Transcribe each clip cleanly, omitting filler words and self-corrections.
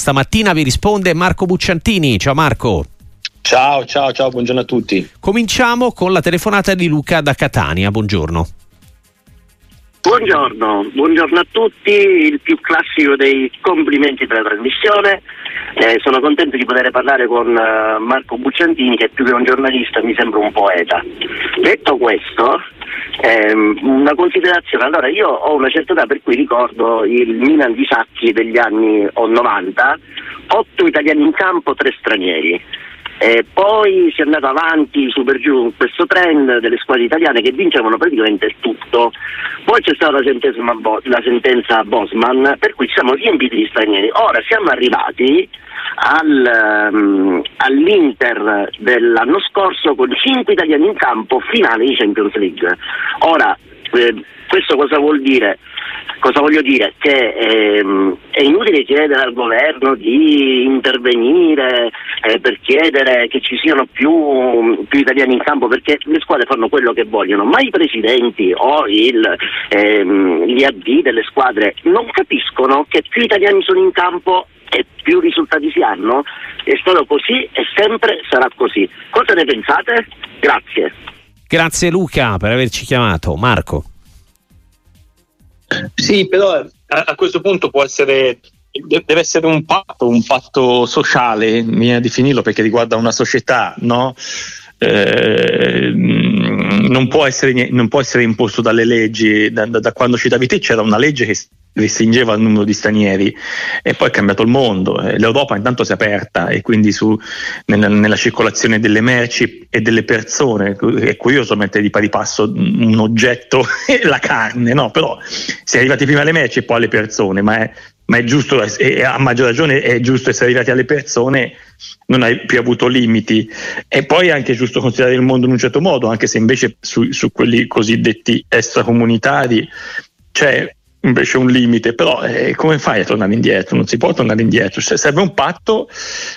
stamattina vi risponde Marco Bucciantini. Ciao Marco. Ciao, buongiorno a tutti. Cominciamo con la telefonata di Luca da Catania. Buongiorno. Buongiorno a tutti, il più classico dei complimenti per la trasmissione. Sono contento di poter parlare con Marco Bucciantini, che più che un giornalista mi sembra un poeta. Detto questo, una considerazione. Allora, io ho una certa età, per cui ricordo il Milan di Sacchi degli anni 90, 8 italiani in campo, 3 stranieri. Poi si è andato avanti su per giù questo trend delle squadre italiane che vincevano praticamente il tutto. Poi c'è stata la sentenza Bosman, per cui ci siamo riempiti di stranieri. Ora siamo arrivati all'Inter dell'anno scorso con 5 italiani in campo, finale di Champions League. Ora, questo cosa vuol dire? Cosa voglio dire? Che è inutile chiedere al governo di intervenire per chiedere che ci siano più italiani in campo, perché le squadre fanno quello che vogliono, ma i presidenti o gli AD delle squadre non capiscono che più italiani sono in campo e più risultati si hanno. È stato così e sempre sarà così. Cosa ne pensate? Grazie. Grazie Luca per averci chiamato. Marco. Sì, però a questo punto deve essere un patto sociale, mi viene a definirlo, perché riguarda una società, no? Non può essere imposto dalle leggi. Da quando citavi te c'era una legge che restringeva il numero di stranieri e poi è cambiato il mondo. L'Europa intanto si è aperta e quindi nella circolazione delle merci e delle persone è curioso mettere di pari passo un oggetto e la carne, no? Però si è arrivati prima alle merci e poi alle persone, ma è giusto, e a maggior ragione è giusto essere arrivati alle persone, non hai più avuto limiti. E poi è anche giusto considerare il mondo in un certo modo, anche se invece su quelli cosiddetti extracomunitari c'è invece un limite. Però come fai a tornare indietro? Non si può tornare indietro, serve un patto,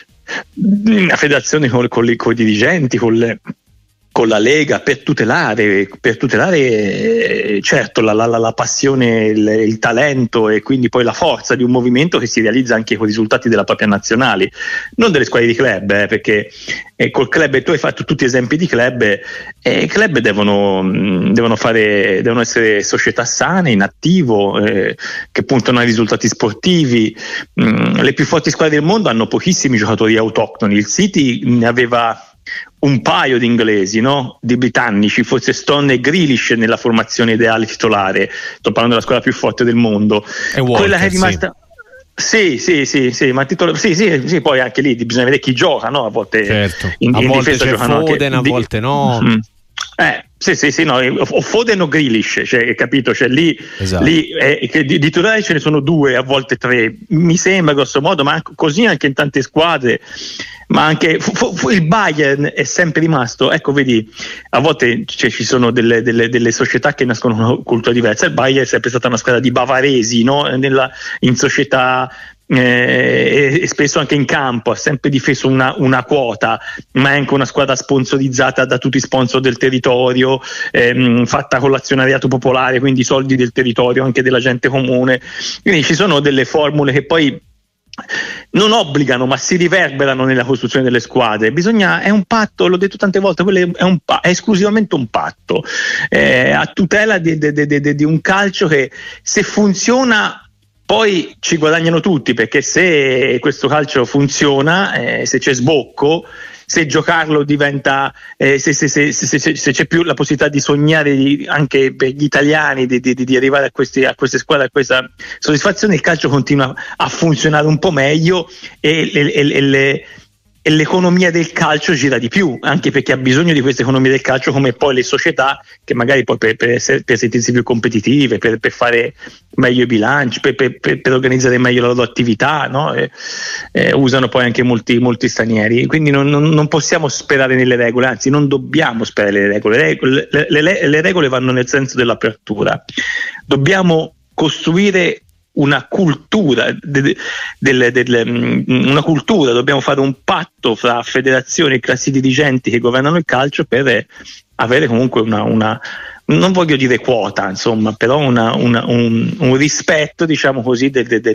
una federazione con i dirigenti, con la Lega, per tutelare certo la passione, il talento e quindi poi la forza di un movimento che si realizza anche con i risultati della propria nazionale, non delle squadre di club, perché col club, e tu hai fatto tutti esempi di club, i club devono essere società sane, in attivo, che puntano ai risultati sportivi. Le più forti squadre del mondo hanno pochissimi giocatori autoctoni. Il City ne aveva un paio di inglesi, no? Di britannici, forse Stone e Grealish nella formazione ideale titolare. Sto parlando della squadra più forte del mondo. Quella che è rimasta. Sì, ma sì, poi anche lì bisogna vedere chi gioca, no? A volte certo. in volte difesa c'è giocano Foden, a volte no. Sì, no, o Foden o Grealish, cioè, capito? Cioè, lì di titolari ce ne sono 2, a volte 3, mi sembra, grosso modo, ma così anche in tante squadre. Ma anche il Bayern è sempre rimasto, ecco, vedi, a volte ci sono delle società che nascono con una cultura diversa. Il Bayern è sempre stata una squadra di bavaresi, no? In società, e spesso anche in campo ha sempre difeso una quota, ma è anche una squadra sponsorizzata da tutti i sponsor del territorio, fatta con l'azionariato popolare, quindi i soldi del territorio, anche della gente comune. Quindi ci sono delle formule che poi non obbligano, ma si riverberano nella costruzione delle squadre. È un patto, l'ho detto tante volte, è esclusivamente un patto a tutela di un calcio che, se funziona, poi ci guadagnano tutti, perché se questo calcio funziona, se c'è sbocco, se giocarlo diventa, se c'è più la possibilità di sognare anche per gli italiani di arrivare a queste squadre, a questa soddisfazione, il calcio continua a funzionare un po' meglio e l'economia del calcio gira di più, anche perché ha bisogno di questa economia del calcio, come poi le società, che magari poi per sentirsi più competitive, per fare meglio i bilanci, per organizzare meglio la loro attività, no? Usano poi anche molti stranieri. Quindi non possiamo sperare nelle regole, anzi non dobbiamo sperare nelle regole. Le regole vanno nel senso dell'apertura. Dobbiamo costruire una cultura, dobbiamo fare un patto fra federazioni e classi dirigenti che governano il calcio per avere comunque non voglio dire quota, insomma, però un rispetto, diciamo così,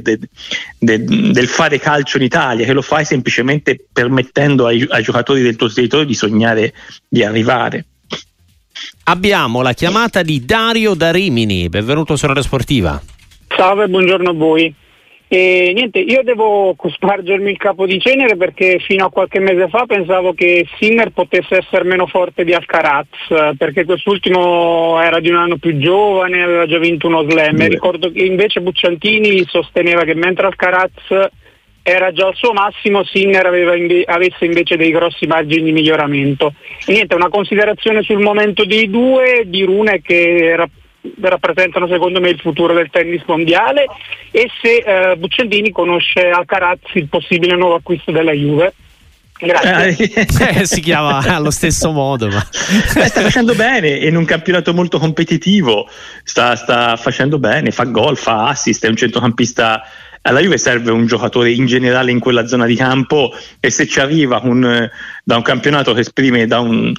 del fare calcio in Italia, che lo fai semplicemente permettendo ai giocatori del tuo territorio di sognare di arrivare. Abbiamo la chiamata di Dario da Rimini. Benvenuto su Radio Sportiva. Salve, buongiorno a voi. Niente, io devo spargermi il capo di cenere perché fino a qualche mese fa pensavo che Sinner potesse essere meno forte di Alcaraz, perché quest'ultimo era di un anno più giovane, aveva già vinto uno slam. Ricordo che invece Bucciantini sosteneva che mentre Alcaraz era già al suo massimo, Sinner avesse invece dei grossi margini di miglioramento. E niente, una considerazione sul momento dei due, di Rune che rappresentano secondo me il futuro del tennis mondiale, e se Bucciantini conosce Alcaraz, il possibile nuovo acquisto della Juve. Grazie. Si chiama allo stesso modo, ma sta facendo bene in un campionato molto competitivo, sta facendo bene, fa gol, fa assist, è un centrocampista. Alla Juve serve un giocatore in generale in quella zona di campo, e se ci arriva da un campionato che esprime da un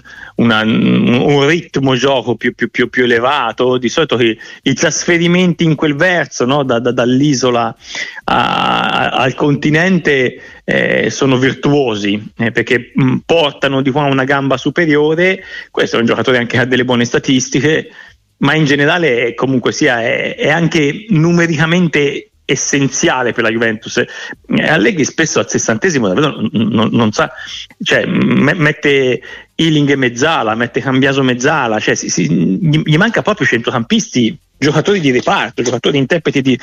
ritmo gioco più elevato, di solito i trasferimenti in quel verso, no? dall'isola al continente sono virtuosi, perché portano di qua una gamba superiore. Questo è un giocatore anche che ha delle buone statistiche, ma in generale comunque sia è anche numericamente essenziale per la Juventus. Allegri spesso al 60esimo davvero non sa, cioè mette Ealing e mezzala, mette Cambiaso mezzala, cioè gli manca proprio centrocampisti, giocatori di reparto, giocatori interpreti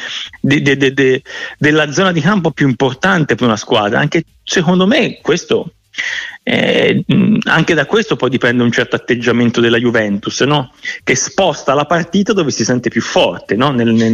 della zona di campo più importante per una squadra. Anche secondo me questo anche da questo poi dipende un certo atteggiamento della Juventus, no? Che sposta la partita dove si sente più forte, no?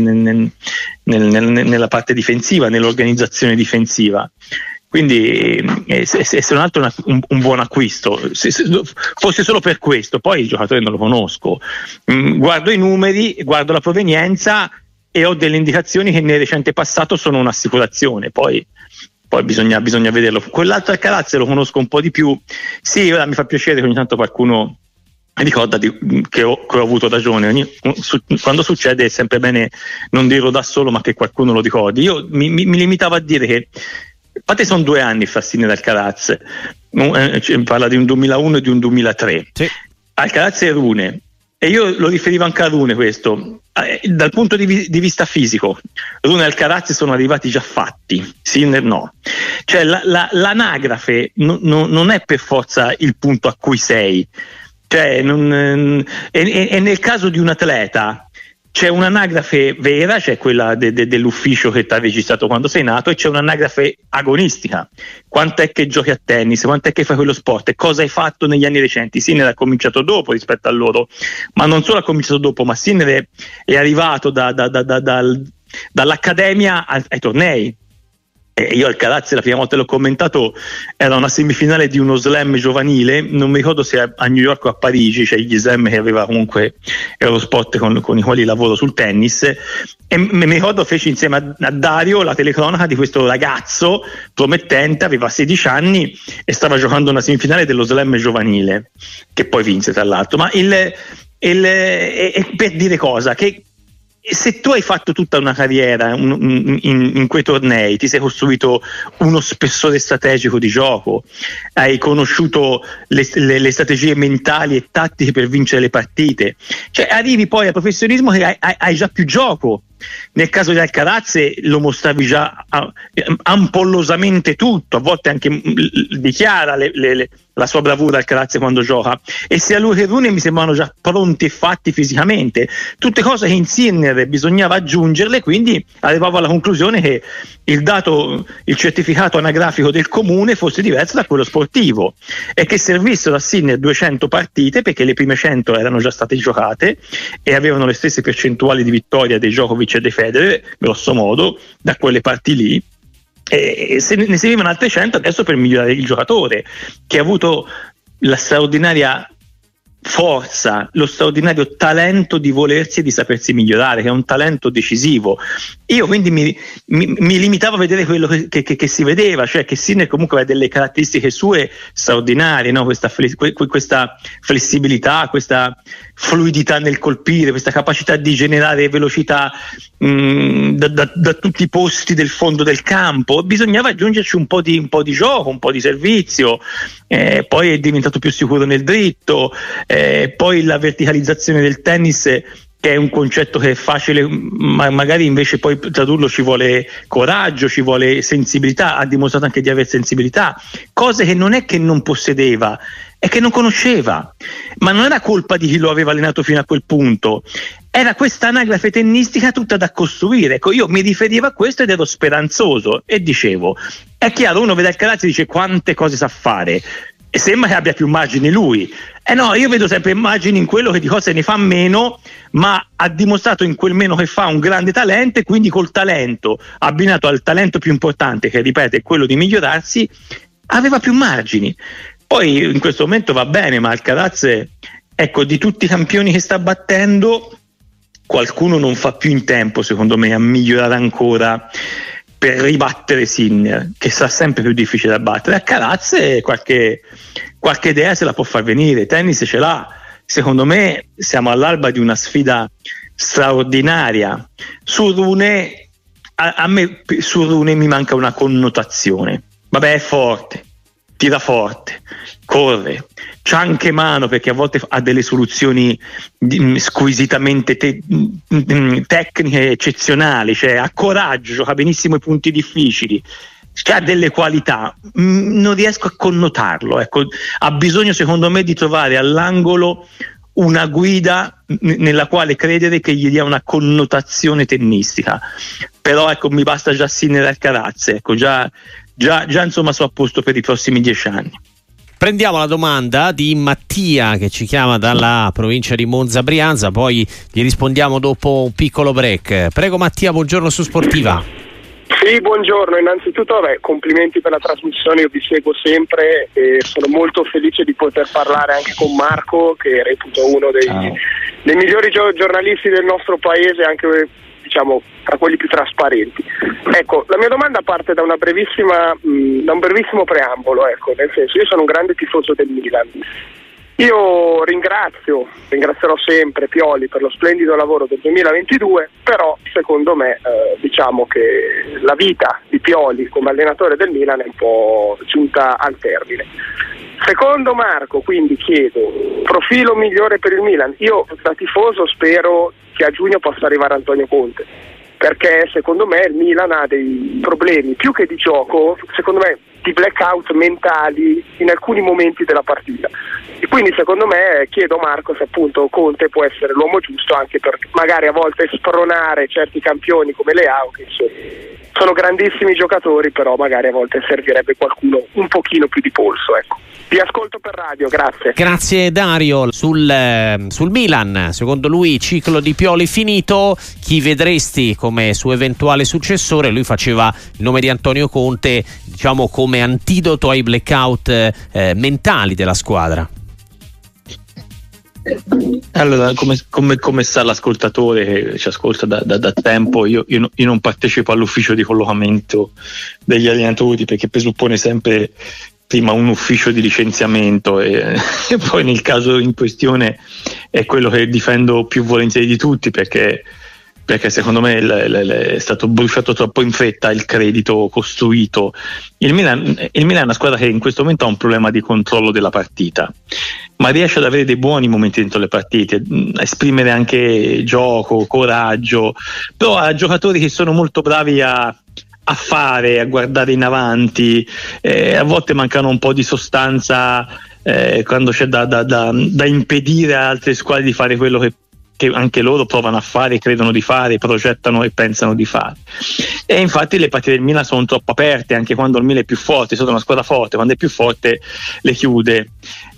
Nella parte difensiva, nell'organizzazione difensiva. Quindi se non altro un buon acquisto, se fosse solo per questo. Poi il giocatore non lo conosco, guardo i numeri, guardo la provenienza e ho delle indicazioni che nel recente passato sono un'assicurazione. Poi bisogna vederlo. Quell'altro Alcaraz lo conosco un po' di più. Sì, ora mi fa piacere che ogni tanto qualcuno ricorda che ho avuto ragione. Quando succede è sempre bene non dirlo da solo, ma che qualcuno lo ricordi. Io mi limitavo a dire che sono 2 anni fra Sinner e Alcaraz, parla di un 2001 e di un 2003. Sì. Alcaraz e Rune, e io lo riferivo anche a Rune questo, dal punto di vista fisico. Rune e Alcaraz sono arrivati già fatti, Sinner no. Cioè l'anagrafe non è per forza il punto a cui sei, cioè e nel caso di un atleta c'è un'anagrafe vera, c'è quella dell'ufficio che ti ha registrato quando sei nato, e c'è un'anagrafe agonistica. Quant'è che giochi a tennis, quant'è che fai quello sport, e cosa hai fatto negli anni recenti. Sinner ha cominciato dopo rispetto a loro, ma non solo ha cominciato dopo, ma Sinner è arrivato dall'accademia ai tornei. Io Alcaraz la prima volta l'ho commentato, era una semifinale di uno slam giovanile, non mi ricordo se a New York o a Parigi, cioè gli slam che aveva comunque, era lo sport con i quali lavoro sul tennis, e mi ricordo feci insieme a Dario la telecronaca di questo ragazzo promettente, aveva 16 anni e stava giocando una semifinale dello slam giovanile, che poi vinse tra l'altro. Ma per dire cosa? Che se tu hai fatto tutta una carriera in quei tornei, ti sei costruito uno spessore strategico di gioco, hai conosciuto le strategie mentali e tattiche per vincere le partite, cioè arrivi poi al professionismo che hai già più gioco. Nel caso di Alcaraz lo mostravi già ampollosamente tutto, a volte anche dichiara la sua bravura Alcaraz quando gioca, e sia lui che Rune mi sembrano già pronti e fatti fisicamente, tutte cose che in Sinner bisognava aggiungerle. Quindi arrivavo alla conclusione che il certificato anagrafico del comune fosse diverso da quello sportivo, e che servissero a Sinner 200 partite, perché le prime 100 erano già state giocate e avevano le stesse percentuali di vittoria dei Djokovic e dei Federer, grosso modo, da quelle parti lì, e se ne servivano altre 100 adesso per migliorare il giocatore, che ha avuto la straordinaria forza, lo straordinario talento di volersi e di sapersi migliorare, che è un talento decisivo. Io quindi mi limitavo a vedere quello che si vedeva, cioè che Sinner comunque aveva delle caratteristiche sue straordinarie, no? Questa flessibilità, questa fluidità nel colpire, questa capacità di generare velocità da tutti i posti del fondo del campo. Bisognava aggiungerci un po' di gioco, un po' di servizio, poi è diventato più sicuro nel dritto, poi la verticalizzazione del tennis, che è un concetto che è facile, ma magari invece poi tradurlo ci vuole coraggio, ci vuole sensibilità. Ha dimostrato anche di avere sensibilità, cose che non è che non possedeva, è che non conosceva, ma non era colpa di chi lo aveva allenato fino a quel punto, era questa anagrafe tennistica tutta da costruire. Ecco, io mi riferivo a questo ed ero speranzoso e dicevo, è chiaro, uno vede Alcaraz e dice quante cose sa fare e sembra che abbia più margini lui. No, io vedo sempre margini in quello che di cose ne fa meno, ma ha dimostrato in quel meno che fa un grande talento, e quindi col talento abbinato al talento più importante, che ripeto è quello di migliorarsi, aveva più margini. Poi in questo momento va bene, ma Alcaraz, ecco, di tutti i campioni che sta battendo, qualcuno non fa più in tempo, secondo me, a migliorare ancora per ribattere Sinner, che sarà sempre più difficile da battere. Alcaraz qualche idea se la può far venire, tennis ce l'ha. Secondo me siamo all'alba di una sfida straordinaria. Su Rune, a me su Rune mi manca una connotazione. Vabbè, è forte, tira forte, corre, c'ha anche mano, perché a volte ha delle soluzioni squisitamente tecniche eccezionali, cioè ha coraggio, gioca benissimo i punti difficili, ha delle qualità, non riesco a connotarlo, ecco. Ha bisogno secondo me di trovare all'angolo una guida nella quale credere, che gli dia una connotazione tennistica. Però ecco, mi basta già Sinner e Alcaraz, ecco, già insomma sono a posto per i prossimi 10 anni. Prendiamo la domanda di Mattia, che ci chiama dalla provincia di Monza Brianza, poi gli rispondiamo dopo un piccolo break. Prego Mattia, buongiorno su Sportiva. Sì, buongiorno, innanzitutto complimenti per la trasmissione, io vi seguo sempre e sono molto felice di poter parlare anche con Marco, che reputo uno dei migliori giornalisti del nostro paese, anche diciamo tra quelli più trasparenti. Ecco, la mia domanda parte da un brevissimo preambolo, ecco, nel senso, io sono un grande tifoso del Milan. Io ringrazierò sempre Pioli per lo splendido lavoro del 2022, però secondo me diciamo che la vita di Pioli come allenatore del Milan è un po' giunta al termine. Secondo Marco, quindi chiedo, profilo migliore per il Milan? Io da tifoso spero che a giugno possa arrivare Antonio Conte, perché secondo me il Milan ha dei problemi più che di gioco, secondo me di blackout mentali in alcuni momenti della partita, e quindi secondo me chiedo a Marco se appunto Conte può essere l'uomo giusto anche per magari a volte spronare certi campioni come Leao, che sono grandissimi giocatori, però magari a volte servirebbe qualcuno un pochino più di polso, ecco. Vi ascolto per radio, grazie. Grazie Dario. Sul Milan, secondo lui ciclo di Pioli finito, chi vedresti come suo eventuale successore? Lui faceva il nome di Antonio Conte, diciamo, come antidoto ai blackout mentali della squadra. Allora, come sa l'ascoltatore che ci ascolta da tempo, io non partecipo all'ufficio di collocamento degli allenatori, perché presuppone sempre prima un ufficio di licenziamento e poi nel caso in questione è quello che difendo più volentieri di tutti, perché secondo me è stato bruciato troppo in fretta il credito costruito. Il Milan è una squadra che in questo momento ha un problema di controllo della partita, ma riesce ad avere dei buoni momenti dentro le partite, a esprimere anche gioco, coraggio, però ha giocatori che sono molto bravi a fare, a guardare in avanti, a volte mancano un po' di sostanza quando c'è da impedire a altre squadre di fare quello che anche loro provano a fare, credono di fare, progettano e pensano di fare. E infatti le partite del Milan sono troppo aperte, anche quando il Milan è più forte. È stata una squadra forte, quando è più forte le chiude,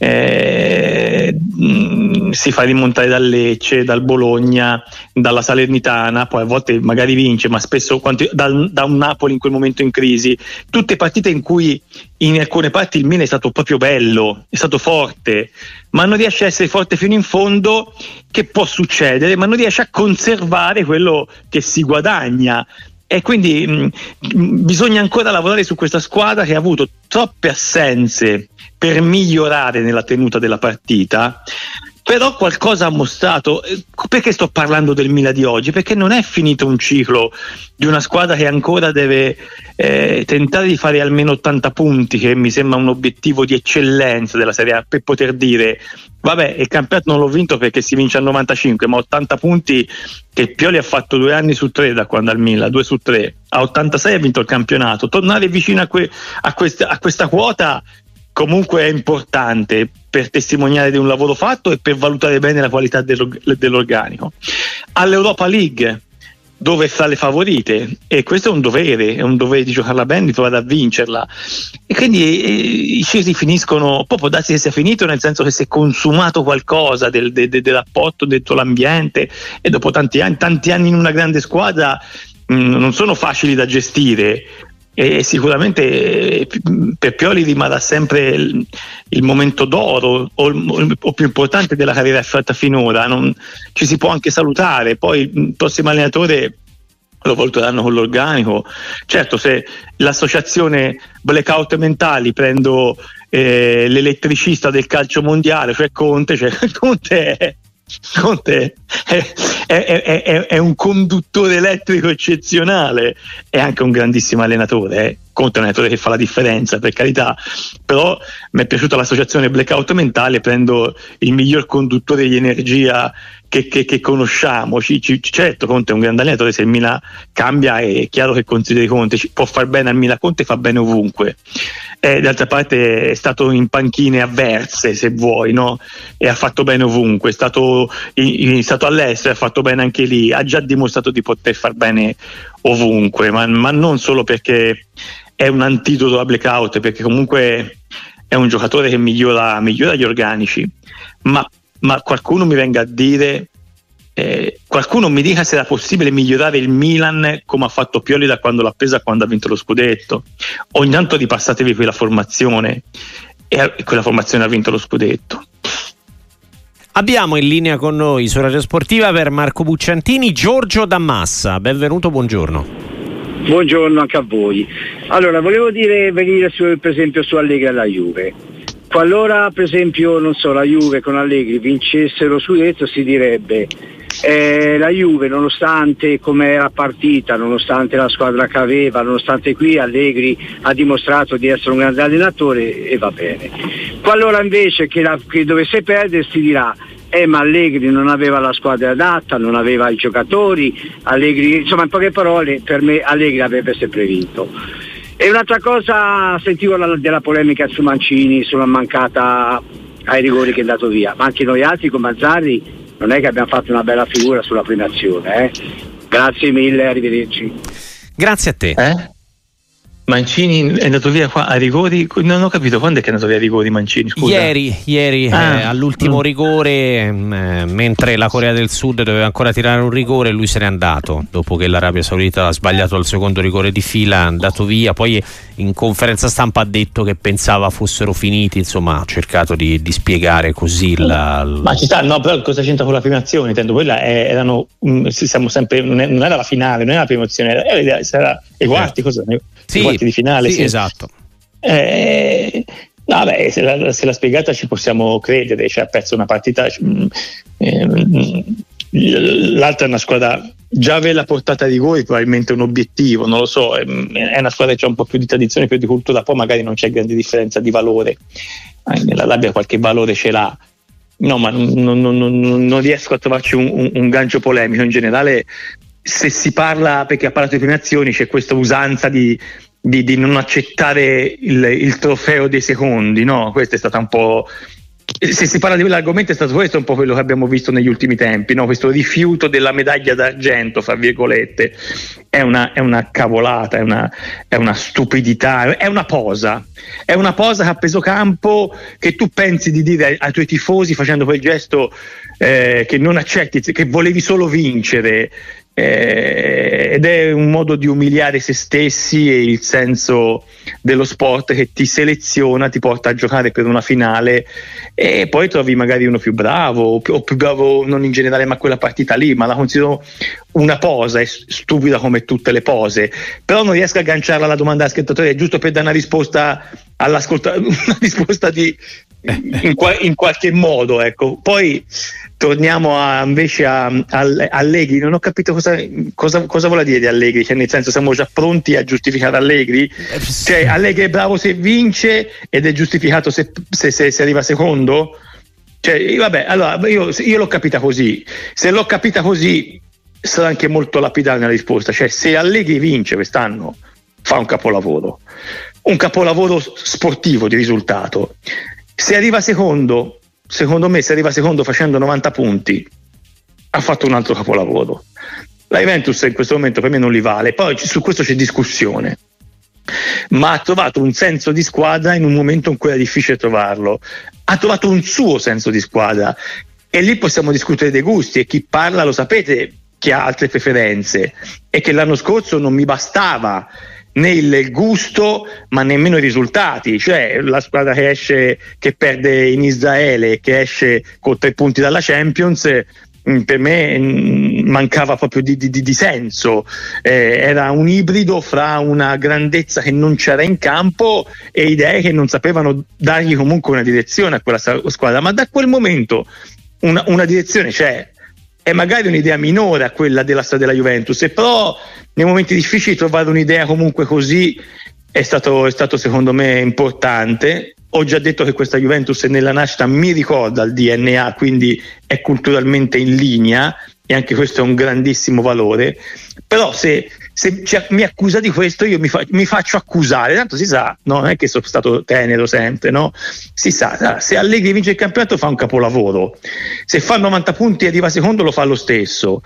si fa rimontare dal Lecce, dal Bologna, dalla Salernitana, poi a volte magari vince, ma spesso da un Napoli in quel momento in crisi. Tutte partite in cui in alcune parti il Milan è stato proprio bello, è stato forte, ma non riesce a essere forte fino in fondo, che può succedere, ma non riesce a conservare quello che si guadagna. E quindi bisogna ancora lavorare su questa squadra, che ha avuto troppe assenze per migliorare nella tenuta della partita, però qualcosa ha mostrato. Perché sto parlando del Milan di oggi? Perché non è finito un ciclo di una squadra che ancora deve tentare di fare almeno 80 punti, che mi sembra un obiettivo di eccellenza della Serie A, per poter dire vabbè, il campionato non l'ho vinto perché si vince al 95, ma 80 punti che Pioli ha fatto 2 anni su 3 da quando al Milan, 2 su 3, a 86 ha vinto il campionato. Tornare vicino a questa quota comunque è importante per testimoniare di un lavoro fatto e per valutare bene la qualità dell'organico. All'Europa League, dove è fra le favorite, e questo è un dovere di giocarla bene, di provare a vincerla, e quindi i cicli finiscono, poi può darsi che sia finito, nel senso che si è consumato qualcosa del rapporto dentro l'ambiente, e dopo tanti anni in una grande squadra non sono facili da gestire, e sicuramente per Pioli rimarrà sempre il momento d'oro o più importante della carriera fatta finora. Ci si può anche salutare, poi il prossimo allenatore lo valuteranno con l'organico. Certo, se l'associazione Blackout Mentali prendo l'elettricista del calcio mondiale, cioè Conte è un conduttore elettrico eccezionale, è anche un grandissimo allenatore. Conte è un allenatore che fa la differenza, per carità, però mi è piaciuta l'associazione Blackout Mentale, prendo il miglior conduttore di energia che conosciamo. Certo, Conte è un grande allenatore, se il Milan cambia è chiaro che consideri Conte, può far bene al Milan, Conte fa bene ovunque. D'altra parte è stato in panchine avverse, se vuoi, no? E ha fatto bene ovunque, è stato all'estero, ha fatto bene anche lì, ha già dimostrato di poter far bene ovunque, ma non solo perché è un antidoto a Blackout, perché comunque è un giocatore che migliora gli organici, ma qualcuno mi venga a dire, qualcuno mi dica se era possibile migliorare il Milan come ha fatto Pioli da quando l'ha presa, quando ha vinto lo scudetto. Ogni tanto ripassatevi quella formazione, e quella formazione ha vinto lo scudetto. Abbiamo in linea con noi su Radio Sportiva per Marco Bucciantini Giorgio Dammassa. Benvenuto, buongiorno. Buongiorno anche a voi. Allora, volevo venire per esempio su Allegri alla Juve. Qualora per esempio, non so, la Juve con Allegri vincesse lo scudetto, si direbbe la Juve, nonostante come era partita, nonostante la squadra che aveva, nonostante qui Allegri ha dimostrato di essere un grande allenatore, e va bene. Qualora invece che dovesse perdere, si dirà ma Allegri non aveva la squadra adatta, non aveva i giocatori, Allegri, insomma, in poche parole, per me Allegri avrebbe sempre vinto. E un'altra cosa, sentivo della polemica su Mancini, sulla mancata ai rigori che è andato via, ma anche noi altri con Mazzarri non è che abbiamo fatto una bella figura sulla prima azione. Grazie mille, arrivederci. Grazie a te. Mancini è andato via qua a rigori, non ho capito quando è che è andato via a rigori Mancini, scusa. Ieri all'ultimo rigore, mentre la Corea del Sud doveva ancora tirare un rigore, lui se n'è andato dopo che l'Arabia Saudita ha sbagliato al secondo rigore di fila, è andato via. Poi in conferenza stampa ha detto che pensava fossero finiti, insomma ha cercato di spiegare così ma ci sta, no, però cosa c'entra con la prima azione? Intendo, quella siamo sempre, non era la finale, non era la prima azione, era i quarti, cosa? Sì, quarti di finale, sì. Esatto. Vabbè, se l'ha spiegata ci possiamo credere, cioè ha perso una partita, l'altra è una squadra, già avere la portata di rigori probabilmente è un obiettivo, non lo so, è una squadra che ha un po' più di tradizione, più di cultura, poi magari non c'è grande differenza di valore, la Labia qualche valore ce l'ha, no, ma non riesco a trovarci un gancio polemico. In generale, se si parla, perché ha parlato di premiazioni, c'è questa usanza di non accettare il trofeo dei secondi, no? Questa è stata un po', se si parla di quell'argomento, è stato questo un po' quello che abbiamo visto negli ultimi tempi, no? Questo rifiuto della medaglia d'argento, fra virgolette, è una cavolata, è una stupidità, è una posa che a peso campo, che tu pensi di dire ai tuoi tifosi facendo quel gesto che non accetti, che volevi solo vincere, ed è un modo di umiliare se stessi e il senso dello sport che ti seleziona, ti porta a giocare per una finale, e poi trovi magari uno più bravo o più bravo, non in generale, ma quella partita lì, ma la considero una posa, è stupida come tutte le pose, però non riesco a agganciarla alla domanda del spettatore, giusto per dare una risposta all'ascoltatore, una risposta di in qualche modo, ecco. Poi torniamo invece a Allegri. Non ho capito cosa vuole dire di Allegri, cioè, nel senso, siamo già pronti a giustificare Allegri? Cioè, Allegri è bravo se vince ed è giustificato se arriva secondo? Cioè, vabbè, allora io l'ho capita così. Se l'ho capita così sarà anche molto lapidaria la risposta. Cioè, se Allegri vince quest'anno fa un capolavoro sportivo di risultato. Se arriva secondo, secondo me, se arriva secondo facendo 90 punti, ha fatto un altro capolavoro. La Juventus in questo momento per me non li vale, poi su questo c'è discussione, ma ha trovato un senso di squadra in un momento in cui era difficile trovarlo. Ha trovato un suo senso di squadra e lì possiamo discutere dei gusti, e chi parla lo sapete che ha altre preferenze, e che l'anno scorso non mi bastava né il gusto ma nemmeno i risultati. Cioè, la squadra che perde in Israele, che esce con 3 punti dalla Champions, per me mancava proprio di senso. Era un ibrido fra una grandezza che non c'era in campo e idee che non sapevano dargli comunque una direzione a quella squadra, ma da quel momento una direzione c'è. È magari un'idea minore a quella della storia della Juventus, e però nei momenti difficili trovare un'idea comunque così è stato secondo me importante. Ho già detto che questa Juventus nella nascita mi ricorda il DNA, quindi è culturalmente in linea, e anche questo è un grandissimo valore. Però se mi accusa di questo, io mi faccio accusare, tanto si sa, no? Non è che sono stato tenero sempre, no? Si sa, se Allegri vince il campionato fa un capolavoro, se fa 90 punti e arriva secondo lo fa lo stesso,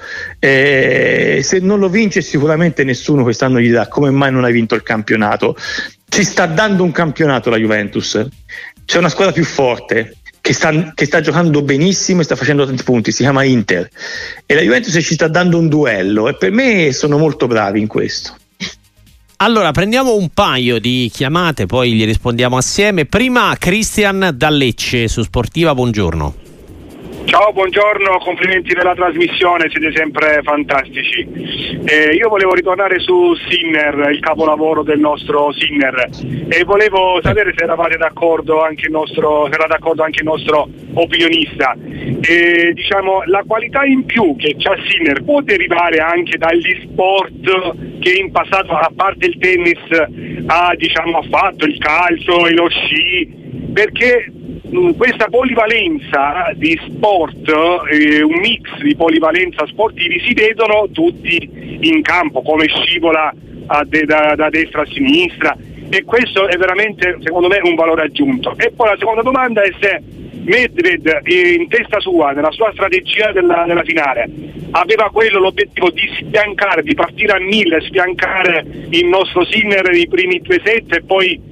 se non lo vince sicuramente nessuno quest'anno gli dirà come mai non hai vinto il campionato. Ci sta dando un campionato la Juventus, c'è una squadra più forte che sta giocando benissimo e sta facendo tanti punti, si chiama Inter, e la Juventus ci sta dando un duello, e per me sono molto bravi in questo. Allora, prendiamo un paio di chiamate, poi gli rispondiamo assieme. Prima Christian da Lecce su Sportiva, buongiorno. Ciao, buongiorno, complimenti per la trasmissione, siete sempre fantastici. Io volevo ritornare su Sinner, il capolavoro del nostro Sinner, e volevo sapere se eravate d'accordo anche se era d'accordo anche il nostro opinionista. Diciamo, la qualità in più che c'ha Sinner può derivare anche dagli sport che in passato, a parte il tennis, ha fatto, il calcio e lo sci, perché questa polivalenza di sport, un mix di polivalenza sportivi, si vedono tutti in campo, come scivola da destra a sinistra, e questo è veramente, secondo me, un valore aggiunto. E poi la seconda domanda è se Medved, in testa sua, nella sua strategia della finale, aveva l'obiettivo di sfiancare, di partire a 1000, sfiancare il nostro Sinner nei primi 2 set e poi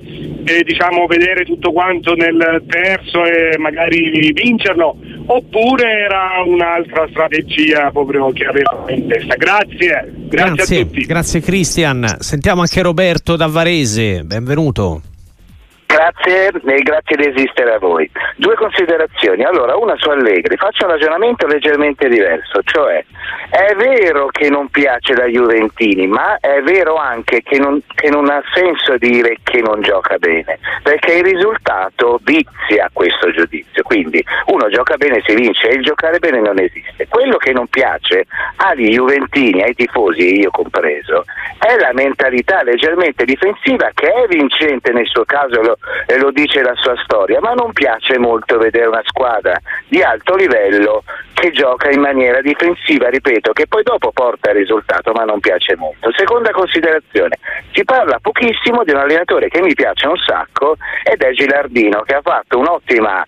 vedere tutto quanto nel terzo e magari vincerlo, oppure era un'altra strategia proprio che aveva in testa. Grazie a tutti. Grazie Christian. Sentiamo anche Roberto da Varese, benvenuto. Grazie e grazie di esistere a voi. 2 considerazioni. Allora, una su Allegri. Faccio un ragionamento leggermente diverso, cioè è vero che non piace da Juventini, ma è vero anche che non ha senso dire che non gioca bene, perché il risultato vizia questo giudizio. Quindi uno gioca bene se vince, e il giocare bene non esiste. Quello che non piace agli Juventini, ai tifosi, io compreso, è la mentalità leggermente difensiva, che è vincente nel suo caso, e lo dice la sua storia, ma non piace molto vedere una squadra di alto livello che gioca in maniera difensiva, ripeto, che poi dopo porta il risultato, ma non piace molto. Seconda considerazione, si parla pochissimo di un allenatore che mi piace un sacco, ed è Gilardino, che ha fatto un'ottima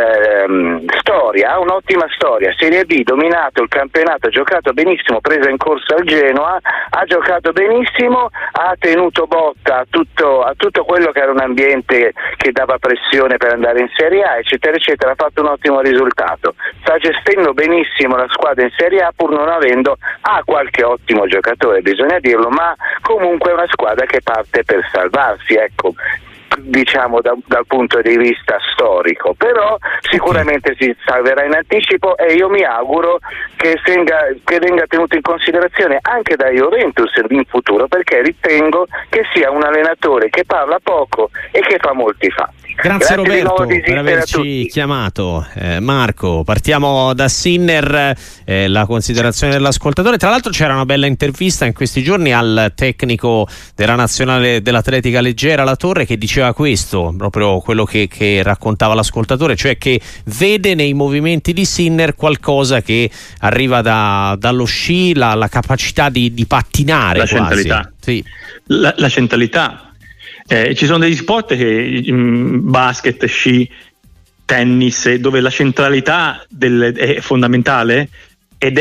storia, Serie B, dominato il campionato, ha giocato benissimo, presa in corsa al Genoa, ha giocato benissimo, ha tenuto botta a tutto quello che era un ambiente che dava pressione per andare in Serie A, eccetera eccetera, ha fatto un ottimo risultato, sta gestendo benissimo la squadra in Serie A, pur non avendo qualche ottimo giocatore, bisogna dirlo, ma comunque è una squadra che parte per salvarsi, ecco, diciamo dal punto di vista storico, però sicuramente si salverà in anticipo, e io mi auguro che venga tenuto in considerazione anche da Juventus in futuro, perché ritengo che sia un allenatore che parla poco e che fa molti fatti. Grazie Roberto per averci chiamato. Marco, partiamo da Sinner, la considerazione dell'ascoltatore. Tra l'altro c'era una bella intervista in questi giorni al tecnico della nazionale dell'atletica leggera La Torre, che diceva questo, proprio quello che raccontava l'ascoltatore, cioè che vede nei movimenti di Sinner qualcosa che arriva dallo sci, la capacità di pattinare, la quasi. Centralità. Sì. La centralità. Ci sono degli sport che basket, sci, tennis, dove la centralità è fondamentale, ed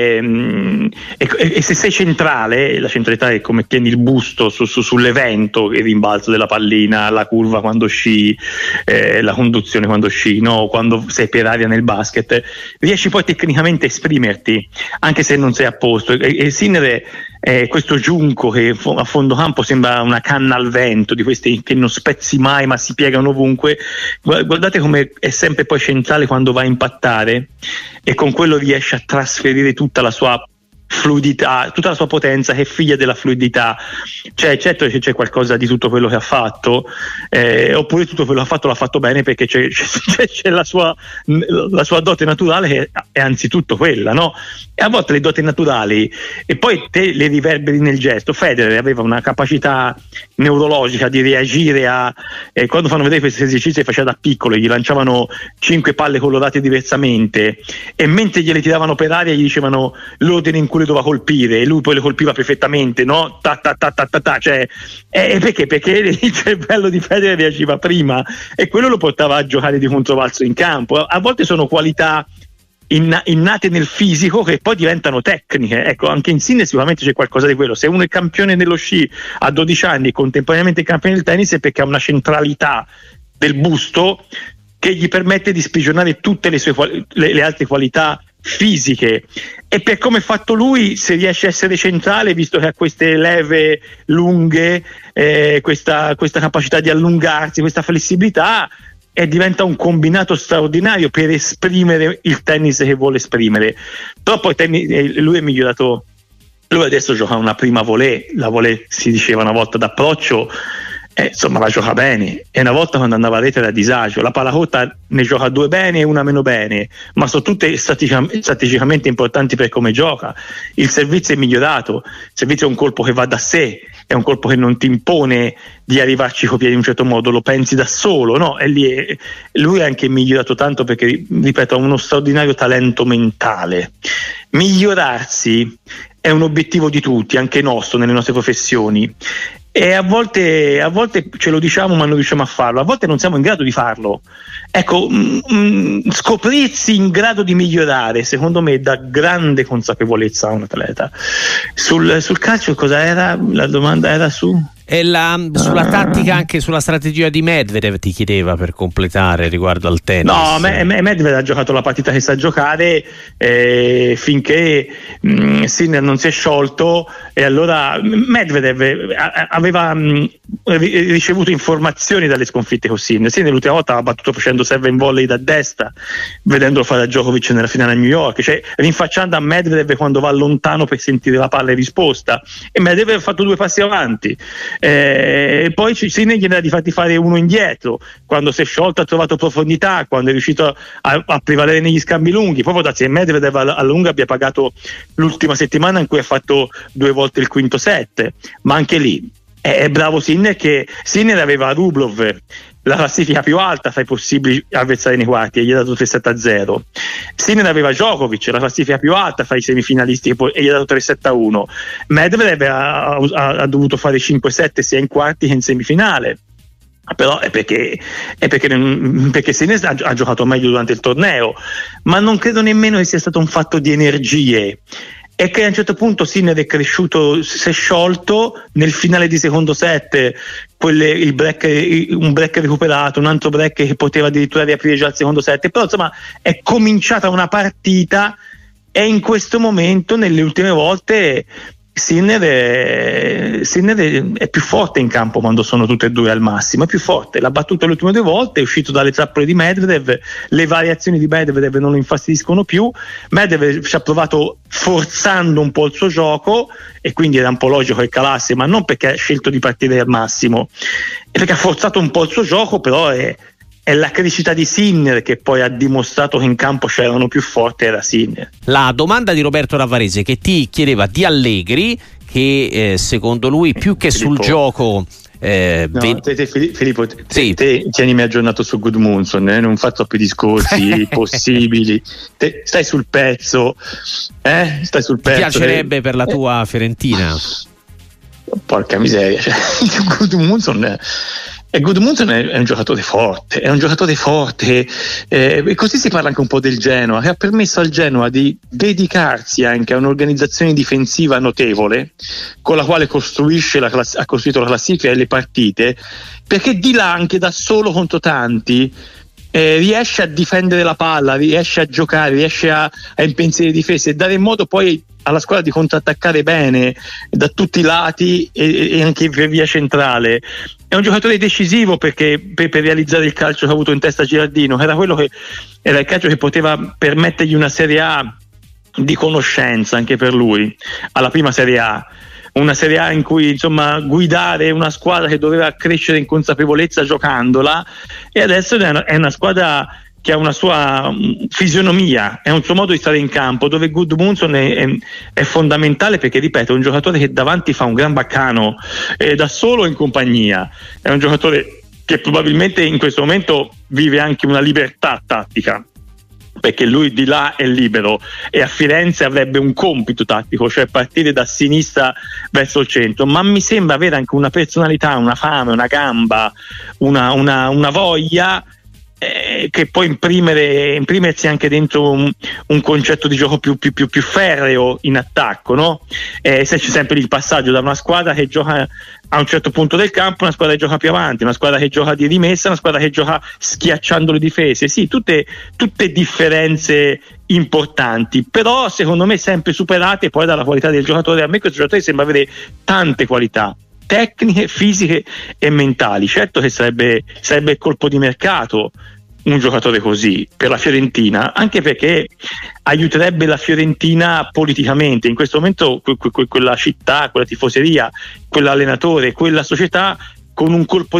e se sei centrale, la centralità è come tieni il busto sull'evento, il rimbalzo della pallina, la curva quando sci, la conduzione quando sci, no? Quando sei per aria nel basket, riesci poi tecnicamente a esprimerti anche se non sei a posto. E Sinner è questo giunco che a fondo campo sembra una canna al vento, di questi che non spezzi mai ma si piegano ovunque. Guardate come è sempre poi centrale quando va a impattare, e con quello riesce a trasferire tutta la sua fluidità, tutta la sua potenza, che è figlia della fluidità. Cioè, certo che c'è qualcosa di tutto quello che ha fatto, oppure tutto quello che ha fatto l'ha fatto bene, perché c'è la sua dote naturale, che è anzitutto quella, no? E a volte le doti naturali e poi te le riverberi nel gesto. Federer aveva una capacità neurologica di reagire quando fanno vedere questi esercizi che faceva da piccolo, gli lanciavano 5 palle colorate diversamente, e mentre gliele tiravano per aria gli dicevano l'ordine in cui le doveva colpire, e lui poi le colpiva perfettamente, no? Cioè, perché il cervello di Federer reagiva prima, e quello lo portava a giocare di controvalso in campo. A volte sono qualità innate nel fisico che poi diventano tecniche. Ecco, anche in Sinner sicuramente c'è qualcosa di quello. Se uno è campione nello sci a 12 anni e contemporaneamente campione del tennis, è perché ha una centralità del busto che gli permette di sprigionare tutte le altre qualità fisiche. E per come è fatto lui, se riesce a essere centrale, visto che ha queste leve lunghe, questa capacità di allungarsi, questa flessibilità, e diventa un combinato straordinario per esprimere il tennis che vuole esprimere. Però poi lui è migliorato. Lui adesso gioca una prima volée, la volée si diceva una volta d'approccio, insomma la gioca bene, e una volta quando andava a rete era a disagio. La palla corta ne gioca 2 bene e una meno bene, ma sono tutte strategicamente importanti per come gioca. Il servizio è migliorato, il servizio è un colpo che va da sé, è un colpo che non ti impone di arrivarci con piedi in un certo modo, lo pensi da solo, no? E lui è anche migliorato tanto, perché, ripeto, ha uno straordinario talento mentale. Migliorarsi è un obiettivo di tutti, anche nostro, nelle nostre professioni. E a volte ce lo diciamo ma non riusciamo a farlo, a volte non siamo in grado di farlo. Ecco, scoprirsi in grado di migliorare, secondo me, dà grande consapevolezza a un atleta. Sul calcio cosa era? La domanda era su? E sulla tattica, anche sulla strategia di Medvedev, ti chiedeva, per completare riguardo al tennis. No, Medvedev ha giocato la partita che sa giocare finché Sinner non si è sciolto, e allora Medvedev aveva ricevuto informazioni dalle sconfitte con Sinner. Sinner l'ultima volta aveva battuto facendo serve in volley da destra, vedendolo fare a Djokovic nella finale a New York, cioè rinfacciando a Medvedev quando va lontano per sentire la palla in risposta, e Medvedev ha fatto 2 passi avanti. Poi Sinner gliene ha di fatti fare uno indietro, quando si è sciolto ha trovato profondità, quando è riuscito a prevalere negli scambi lunghi. Proprio da se Medvedev a lunga abbia pagato l'ultima settimana in cui ha fatto 2 volte il quinto set, ma anche lì è bravo Sinner, che Sinner aveva Rublev, la classifica più alta fra i possibili avversari nei quarti, e gli ha dato 3-7-0. Sinner aveva Djokovic, la classifica più alta fra i semifinalisti, e gli ha dato 3-7-1. Medvedev ha dovuto fare 5-7 sia in quarti che in semifinale. Però è perché Sinner ha giocato meglio durante il torneo, ma non credo nemmeno che sia stato un fatto di energie. E che a un certo punto Sinner è cresciuto, si è sciolto nel finale di secondo set, un break recuperato, un altro break che poteva addirittura riaprire già il secondo set, però insomma è cominciata una partita, e in questo momento, nelle ultime volte, Sinner è più forte in campo quando sono tutte e 2 al massimo, è più forte, l'ha battuto le ultime 2 volte, è uscito dalle trappole di Medvedev, le variazioni di Medvedev non lo infastidiscono più. Medvedev ci ha provato forzando un po' il suo gioco, e quindi era un po' logico che calasse, ma non perché ha scelto di partire al massimo, è perché ha forzato un po' il suo gioco, però è la criticità di Sinner che poi ha dimostrato che in campo c'erano più forti, era Sinner. La domanda di Roberto Ravarese, che ti chiedeva di Allegri, che secondo lui più che Filippo, sul gioco Filippo, te tienimi aggiornato su Gudmundsson, non fa troppi discorsi possibili, stai sul pezzo, stai sul pezzo. Ti piacerebbe per la tua Fiorentina? Porca miseria, Gudmundsson è un giocatore forte, e così si parla anche un po' del Genoa, che ha permesso al Genoa di dedicarsi anche a un'organizzazione difensiva notevole, con la quale costruisce ha costruito la classifica e le partite, perché di là, anche da solo contro tanti, riesce a difendere la palla, riesce a giocare, riesce a impensierire le difese e dare modo poi alla squadra di contrattaccare bene da tutti i lati e anche per via centrale. È un giocatore decisivo, perché per realizzare il calcio che ha avuto in testa Girardino, era quello che era il calcio che poteva permettergli una Serie A di conoscenza anche per lui, alla prima Serie A. Una Serie A in cui, insomma, guidare una squadra che doveva crescere in consapevolezza giocandola, e adesso è una squadra che ha una sua fisionomia, è un suo modo di stare in campo, dove Gudmundsson è fondamentale, perché, ripeto, è un giocatore che davanti fa un gran baccano, da solo o in compagnia. È un giocatore che probabilmente in questo momento vive anche una libertà tattica, perché lui di là è libero, e a Firenze avrebbe un compito tattico, cioè partire da sinistra verso il centro, ma mi sembra avere anche una personalità, una fame, una gamba, una voglia, che può imprimersi anche dentro un concetto di gioco più ferreo in attacco, no? Se c'è sempre il passaggio da una squadra che gioca a un certo punto del campo, una squadra che gioca più avanti, una squadra che gioca di rimessa, una squadra che gioca schiacciando le difese, sì, tutte differenze importanti, però secondo me sempre superate poi dalla qualità del giocatore. A me questo giocatore sembra avere tante qualità tecniche, fisiche e mentali. Certo che sarebbe colpo di mercato un giocatore così per la Fiorentina, anche perché aiuterebbe la Fiorentina politicamente. In questo momento quella città, quella tifoseria, quell'allenatore, quella società, con un colpo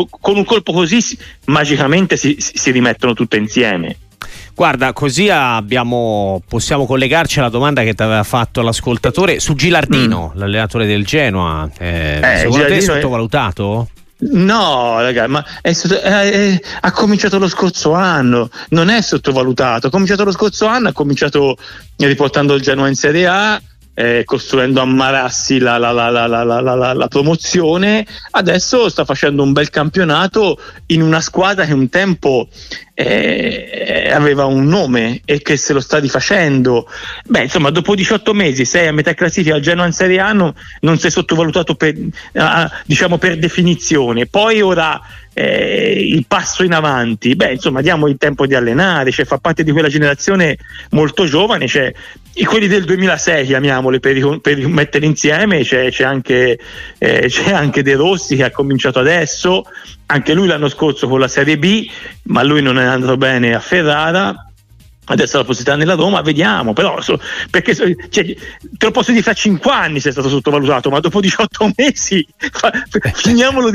così magicamente si rimettono tutte insieme. Guarda, così possiamo collegarci alla domanda che ti aveva fatto l'ascoltatore su Gilardino, l'allenatore del Genoa. Secondo te è sottovalutato? No, ragazzi, ma ha cominciato lo scorso anno, non è sottovalutato. Ha cominciato lo scorso anno, ha cominciato riportando il Genoa in Serie A, costruendo a Marassi la promozione. Adesso sta facendo un bel campionato in una squadra che un tempo aveva un nome e che se lo sta rifacendo. Insomma, dopo 18 mesi sei a metà classifica al Genoa in Serie A, non sei sottovalutato per definizione. Poi ora il passo in avanti, insomma, diamo il tempo di allenare, fa parte di quella generazione molto giovane, quelli del 2006, chiamiamole per mettere insieme, c'è anche De Rossi, che ha cominciato adesso, anche lui l'anno scorso con la Serie B, ma lui non è andato bene a Ferrara. Adesso la possibilità nella Roma, vediamo, però perché te lo posso dire, fra 5 anni sei stato sottovalutato, ma dopo 18 mesi finiamolo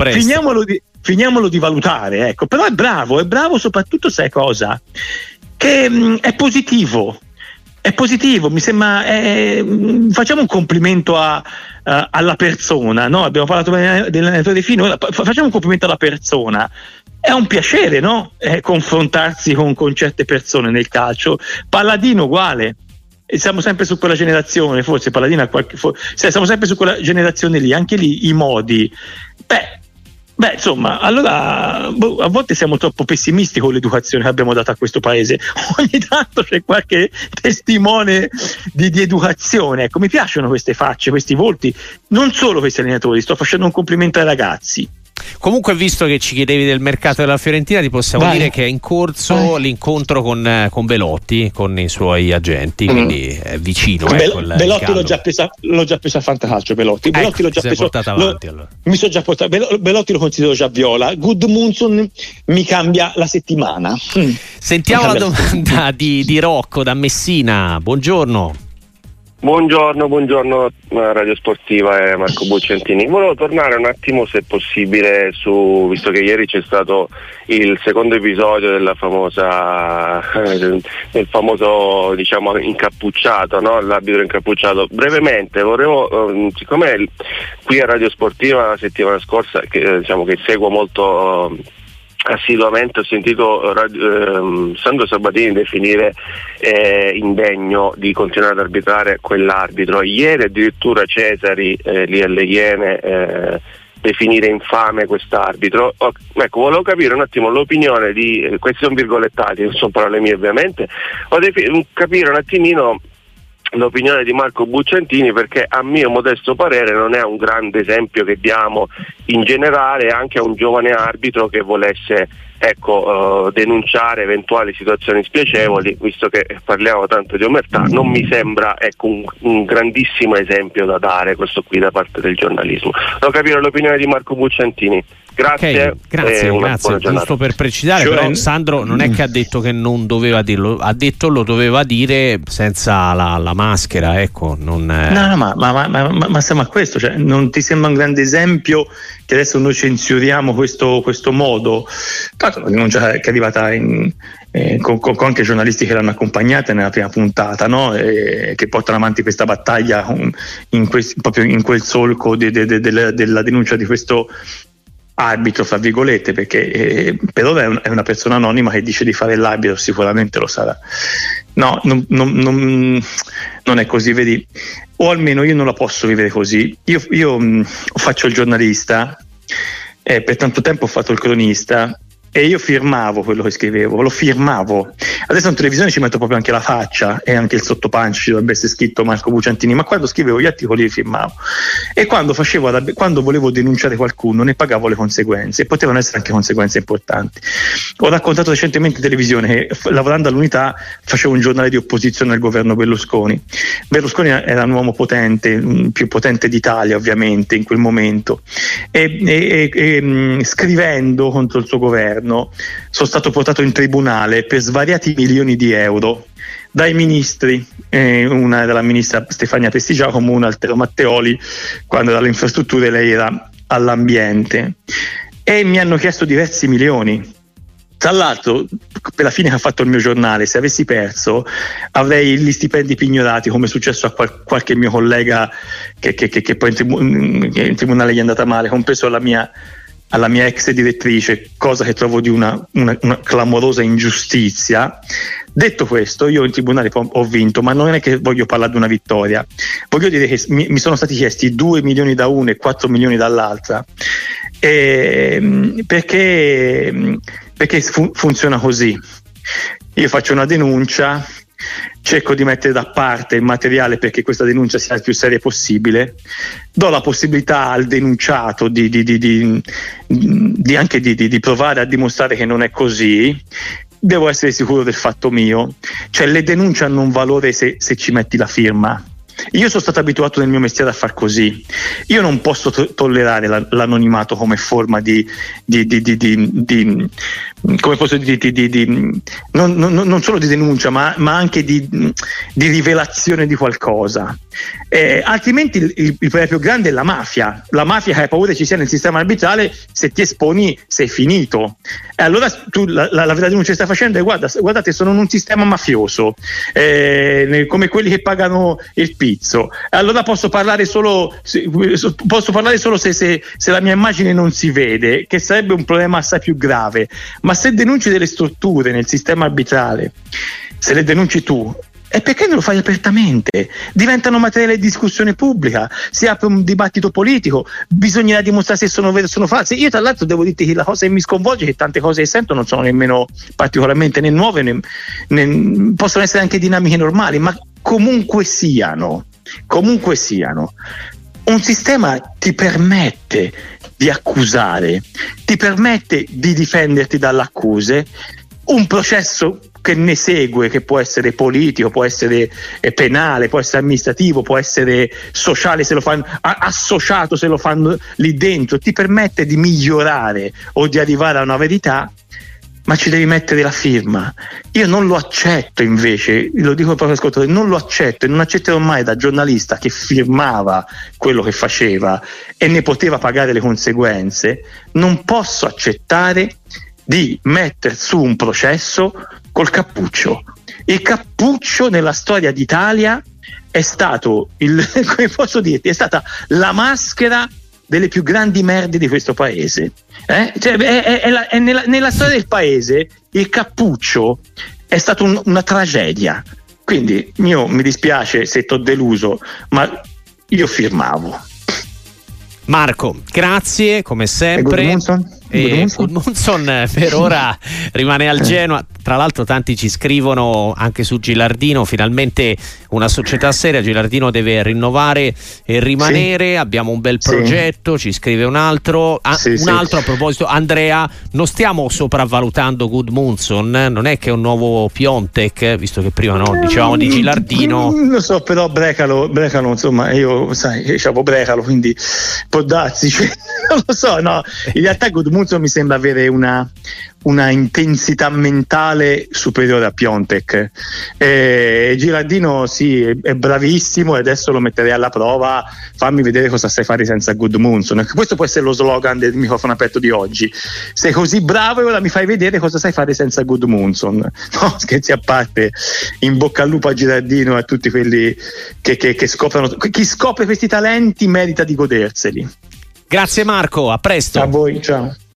di valutare, ecco. Però è bravo soprattutto, sai cosa? Che è positivo, mi sembra. Facciamo un complimento alla persona, no? Abbiamo parlato dell'allenatore Fino, facciamo un complimento alla persona. È un piacere, no? Confrontarsi con certe persone nel calcio. Palladino uguale, siamo sempre su quella generazione, forse Palladino siamo sempre su quella generazione lì, anche lì i modi. Insomma, allora a volte siamo troppo pessimisti con l'educazione che abbiamo dato a questo paese. Ogni tanto c'è qualche testimone di educazione. Ecco, mi piacciono queste facce, questi volti, non solo questi allenatori. Sto facendo un complimento ai ragazzi. Comunque, visto che ci chiedevi del mercato della Fiorentina, ti possiamo dire che è in corso l'incontro con Belotti, con i suoi agenti, quindi è vicino. Belotti l'ho già preso a Fantacalcio. Belotti l'ho già preso avanti, allora. Mi sono già portato. Belotti lo considero già viola. Gudmundsson mi cambia la settimana. Sentiamo la domanda di Rocco da Messina. Buongiorno. Buongiorno Radio Sportiva e Marco Bucentini. Volevo tornare un attimo, se possibile, visto che ieri c'è stato il secondo episodio del famoso diciamo incappucciato, no? L'arbitro incappucciato. Brevemente siccome qui a Radio Sportiva la settimana scorsa, che seguo molto assiduamente, ho sentito Sandro Sabatini definire indegno di continuare ad arbitrare quell'arbitro. Ieri addirittura Cesari lì alle Iene definire infame quest'arbitro. Ecco, volevo capire un attimo l'opinione di, questi sono virgolettati, non sono parole mie ovviamente, capire un attimino l'opinione di Marco Bucentini, perché a mio modesto parere non è un grande esempio che diamo in generale anche a un giovane arbitro che volesse denunciare eventuali situazioni spiacevoli, visto che parliamo tanto di omertà. Non mi sembra un grandissimo esempio da dare questo qui da parte del giornalismo. Devo capire l'opinione di Marco Bucentini. Grazie. Grazie. Giusto per precisare, però Sandro non è che ha detto che non doveva dirlo, ha detto lo doveva dire senza la maschera, ecco. Ma siamo a questo, cioè, non ti sembra un grande esempio che adesso noi censuriamo questo modo? Tanto la denuncia che è arrivata con anche giornalisti che l'hanno accompagnata nella prima puntata, no? Che portano avanti questa battaglia proprio in quel solco della denuncia di questo arbitro, fra virgolette, perché per ora è una persona anonima che dice di fare l'arbitro, sicuramente lo sarà. No, non è così, vedi, o almeno io non la posso vivere così. Io faccio il giornalista, per tanto tempo ho fatto il cronista e io firmavo quello che scrivevo, lo firmavo. Adesso in televisione ci metto proprio anche la faccia e anche il sottopancio, ci dovrebbe essere scritto Marco Bucentini, ma quando scrivevo gli articoli li firmavo, e quando volevo denunciare qualcuno ne pagavo le conseguenze, e potevano essere anche conseguenze importanti. Ho raccontato recentemente in televisione che lavorando all'Unità facevo un giornale di opposizione al governo Berlusconi. Berlusconi era un uomo potente, più potente d'Italia ovviamente in quel momento, e scrivendo contro il suo governo sono stato portato in tribunale per svariati milioni di euro dai ministri, una della ministra Stefania Prestigiacomo, una Altero Matteoli quando era alle infrastrutture, lei era all'ambiente, e mi hanno chiesto diversi milioni. Tra l'altro, per la fine che ha fatto il mio giornale, se avessi perso avrei gli stipendi pignorati, come è successo a qualche mio collega che poi in tribunale gli è andata male, compreso alla mia ex direttrice, cosa che trovo di una clamorosa ingiustizia. Detto questo, io in tribunale ho vinto, ma non è che voglio parlare di una vittoria, voglio dire che mi sono stati chiesti 2 milioni da una e 4 milioni dall'altra, perché funziona così. Io faccio una denuncia, cerco di mettere da parte il materiale perché questa denuncia sia il più seria possibile, do la possibilità al denunciato di provare a dimostrare che non è così. Devo essere sicuro del fatto mio, cioè le denunce hanno un valore se ci metti la firma. Io sono stato abituato nel mio mestiere a far così. Io non posso tollerare l'anonimato come forma come posso dire, non solo di denuncia, ma anche di rivelazione di qualcosa. Altrimenti il problema più grande è la mafia che ha paura che ci sia nel sistema arbitrale. Se ti esponi sei finito, e allora tu la vera denuncia che stai facendo è guardate, sono in un sistema mafioso, come quelli che pagano il pizzo, e allora posso parlare solo se la mia immagine non si vede, che sarebbe un problema assai più grave. Ma se denunci delle strutture nel sistema arbitrale, se le denunci tu, e perché non lo fai apertamente? Diventano materiale di discussione pubblica, si apre un dibattito politico, bisognerà dimostrare se sono vere o sono false. Io tra l'altro devo dirti che la cosa che mi sconvolge è che tante cose che sento non sono nemmeno particolarmente né nuove, né possono essere anche dinamiche normali, ma comunque siano, un sistema ti permette di accusare, ti permette di difenderti dalle accuse, un processo che ne segue, che può essere politico, può essere penale, può essere amministrativo, può essere sociale se lo fanno, associato se lo fanno lì dentro, ti permette di migliorare o di arrivare a una verità, ma ci devi mettere la firma. Io non lo accetto, invece, lo dico proprio ascoltatore, non lo accetto e non accetterò mai da giornalista che firmava quello che faceva e ne poteva pagare le conseguenze. Non posso accettare di mettere su un processo col cappuccio. Il cappuccio nella storia d'Italia è stato come posso dirti, è stata la maschera delle più grandi merde di questo paese. Cioè, è nella storia del paese il cappuccio è stato una tragedia. Quindi mi dispiace se t'ho deluso, ma io firmavo. Marco, grazie come sempre. Gudmundsson per ora rimane al Genoa. Tra l'altro tanti ci scrivono anche su Gilardino, finalmente una società seria. Gilardino deve rinnovare e rimanere, abbiamo un bel progetto, ci scrive un altro. Un altro a proposito, Andrea, non stiamo sopravvalutando Gudmundsson, non è che è un nuovo Piontek, visto che prima dicevamo di Gilardino. Lo so, però Brecalo insomma, io diciamo Brecalo, quindi può darsi, cioè, non lo so, no, in realtà Gudmundsson mi sembra avere una intensità mentale superiore a Piontek. Gilardino sì, è bravissimo e adesso lo metterei alla prova. Fammi vedere cosa sai fare senza Gudmundsson. Questo può essere lo slogan del microfono aperto di oggi: sei così bravo e ora mi fai vedere cosa sai fare senza Gudmundsson. No, scherzi a parte, in bocca al lupo a Gilardino e a tutti quelli che scoprono. Chi scopre questi talenti merita di goderseli. Grazie Marco, a presto. A voi, ciao.